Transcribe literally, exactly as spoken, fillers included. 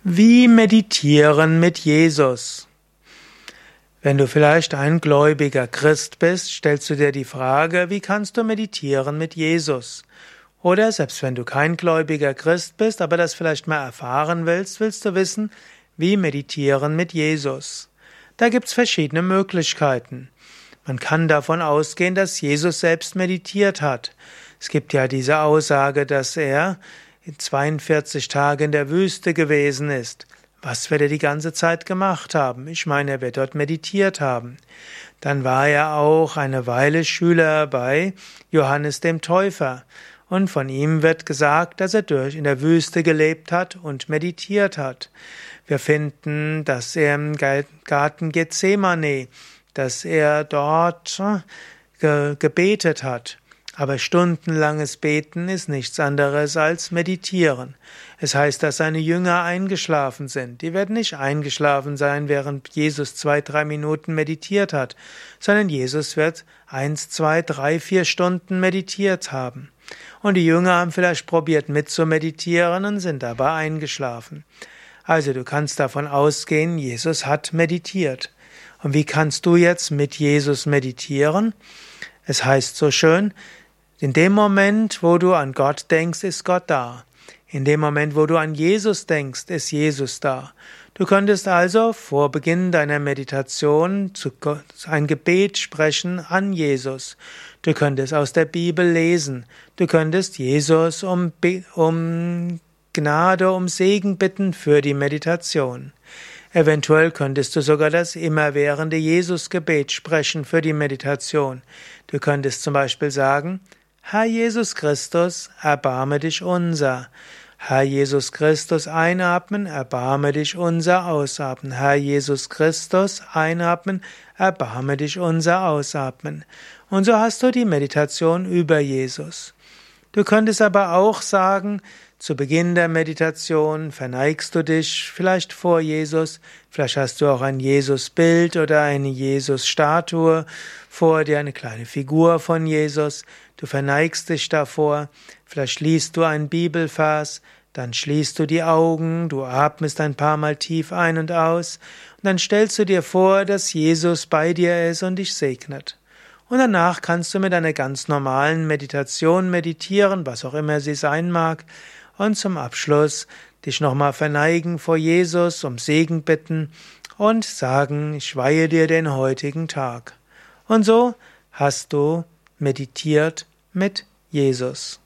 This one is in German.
Wie meditieren mit Jesus? Wenn du vielleicht ein gläubiger Christ bist, stellst du dir die Frage, wie kannst du meditieren mit Jesus? Oder selbst wenn du kein gläubiger Christ bist, aber das vielleicht mal erfahren willst, willst du wissen, wie meditieren mit Jesus? Da gibt's verschiedene Möglichkeiten. Man kann davon ausgehen, dass Jesus selbst meditiert hat. Es gibt ja diese Aussage, dass er zweiundvierzig Tage in der Wüste gewesen ist. Was wird er die ganze Zeit gemacht haben? Ich meine, er wird dort meditiert haben. Dann war er auch eine Weile Schüler bei Johannes dem Täufer. Und von ihm wird gesagt, dass er durch in der Wüste gelebt hat und meditiert hat. Wir finden, dass er im Garten Gethsemane, dass er dort ge- gebetet hat. Aber stundenlanges Beten ist nichts anderes als Meditieren. Es heißt, dass seine Jünger eingeschlafen sind. Die werden nicht eingeschlafen sein, während Jesus zwei, drei Minuten meditiert hat, sondern Jesus wird eins, zwei, drei, vier Stunden meditiert haben. Und die Jünger haben vielleicht probiert mitzumeditieren und sind dabei eingeschlafen. Also du kannst davon ausgehen, Jesus hat meditiert. Und wie kannst du jetzt mit Jesus meditieren? Es heißt so schön, in dem Moment, wo du an Gott denkst, ist Gott da. In dem Moment, wo du an Jesus denkst, ist Jesus da. Du könntest also vor Beginn deiner Meditation ein Gebet sprechen an Jesus. Du könntest aus der Bibel lesen. Du könntest Jesus um, um Gnade, um Segen bitten für die Meditation. Eventuell könntest du sogar das immerwährende Jesusgebet sprechen für die Meditation. Du könntest zum Beispiel sagen, Herr Jesus Christus, erbarme dich unser. Herr Jesus Christus, einatmen, erbarme dich unser, ausatmen. Herr Jesus Christus, einatmen, erbarme dich unser, ausatmen. Und so hast du die Meditation über Jesus. Du könntest aber auch sagen, zu Beginn der Meditation verneigst du dich vielleicht vor Jesus, vielleicht hast du auch ein Jesus-Bild oder eine Jesus-Statue vor dir, eine kleine Figur von Jesus, du verneigst dich davor, vielleicht liest du einen Bibelvers, dann schließt du die Augen, du atmest ein paar Mal tief ein und aus und dann stellst du dir vor, dass Jesus bei dir ist und dich segnet. Und danach kannst du mit einer ganz normalen Meditation meditieren, was auch immer sie sein mag, und zum Abschluss dich nochmal verneigen vor Jesus, um Segen bitten und sagen, ich weihe dir den heutigen Tag. Und so hast du meditiert mit Jesus.